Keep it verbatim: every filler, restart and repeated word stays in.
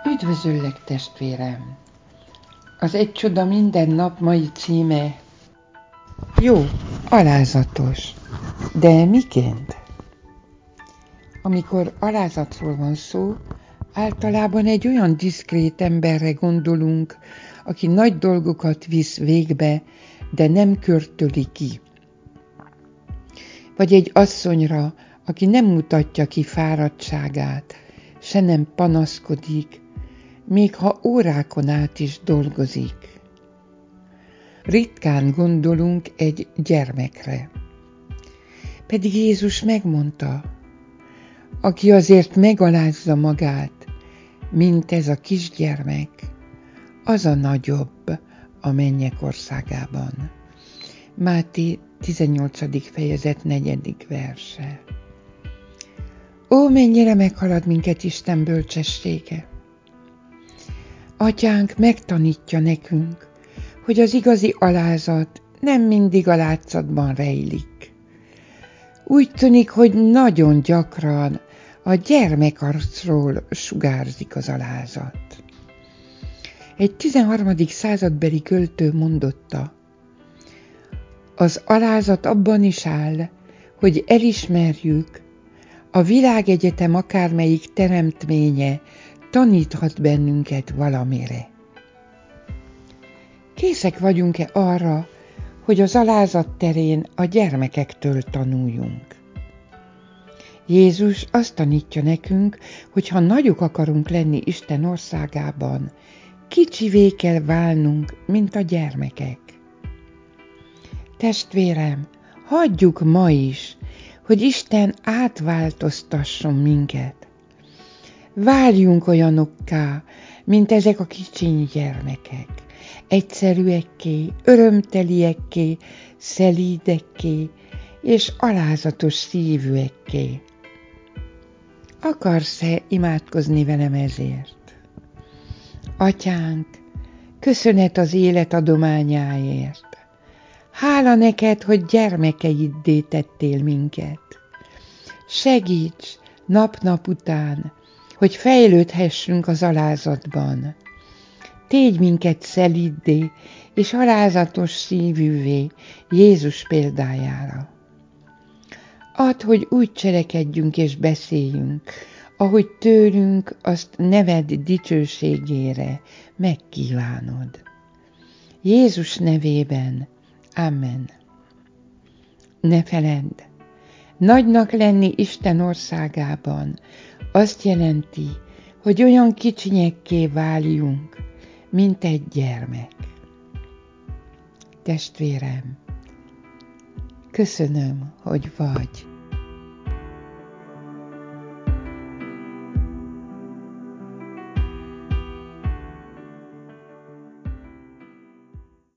Üdvözöllek, testvérem! Az Egy csoda minden nap mai címe jó, alázatos. De miként? Amikor alázatról van szó, általában egy olyan diszkrét emberre gondolunk, aki nagy dolgokat visz végbe, de nem körtöli ki. Vagy egy asszonyra, aki nem mutatja ki fáradtságát, se nem panaszkodik, még ha órákon át is dolgozik. Ritkán gondolunk egy gyermekre. Pedig Jézus megmondta, aki azért megalázza magát, mint ez a kisgyermek, az a nagyobb a mennyek országában. Máté tizennyolcadik fejezet negyedik verse. Ó, mennyire meghalad minket Isten bölcsessége! Atyánk megtanítja nekünk, hogy az igazi alázat nem mindig a látszatban rejlik. Úgy tűnik, hogy nagyon gyakran a gyermekarcról sugárzik az alázat. Egy tizenharmadik századbeli költő mondotta, az alázat abban is áll, hogy elismerjük, a világegyetem akármelyik teremtménye taníthat bennünket valamire. Készek vagyunk-e arra, hogy az alázat terén a gyermekektől tanuljunk? Jézus azt tanítja nekünk, hogy ha nagyok akarunk lenni Isten országában, kicsivé kell válnunk, mint a gyermekek. Testvérem, hagyjuk ma is, hogy Isten átváltoztasson minket. Váljunk olyanokká, mint ezek a kicsiny gyermekek, egyszerűekké, örömteliekké, szelídekké és alázatos szívűekké. Akarsz-e imádkozni velem ezért? Atyánk, köszönet az élet adományáért. Hála neked, hogy gyermekeiddé tettél minket. Segíts nap-nap után, hogy fejlődhessünk az alázatban. Tégy minket szelíddé és alázatos szívűvé Jézus példájára. Add, hogy úgy cselekedjünk és beszéljünk, ahogy tőlünk azt neved dicsőségére megkívánod. Jézus nevében. Amen. Ne feledd, nagynak lenni Isten országában azt jelenti, hogy olyan kicsinyekké váljunk, mint egy gyermek. Testvérem, köszönöm, hogy vagy.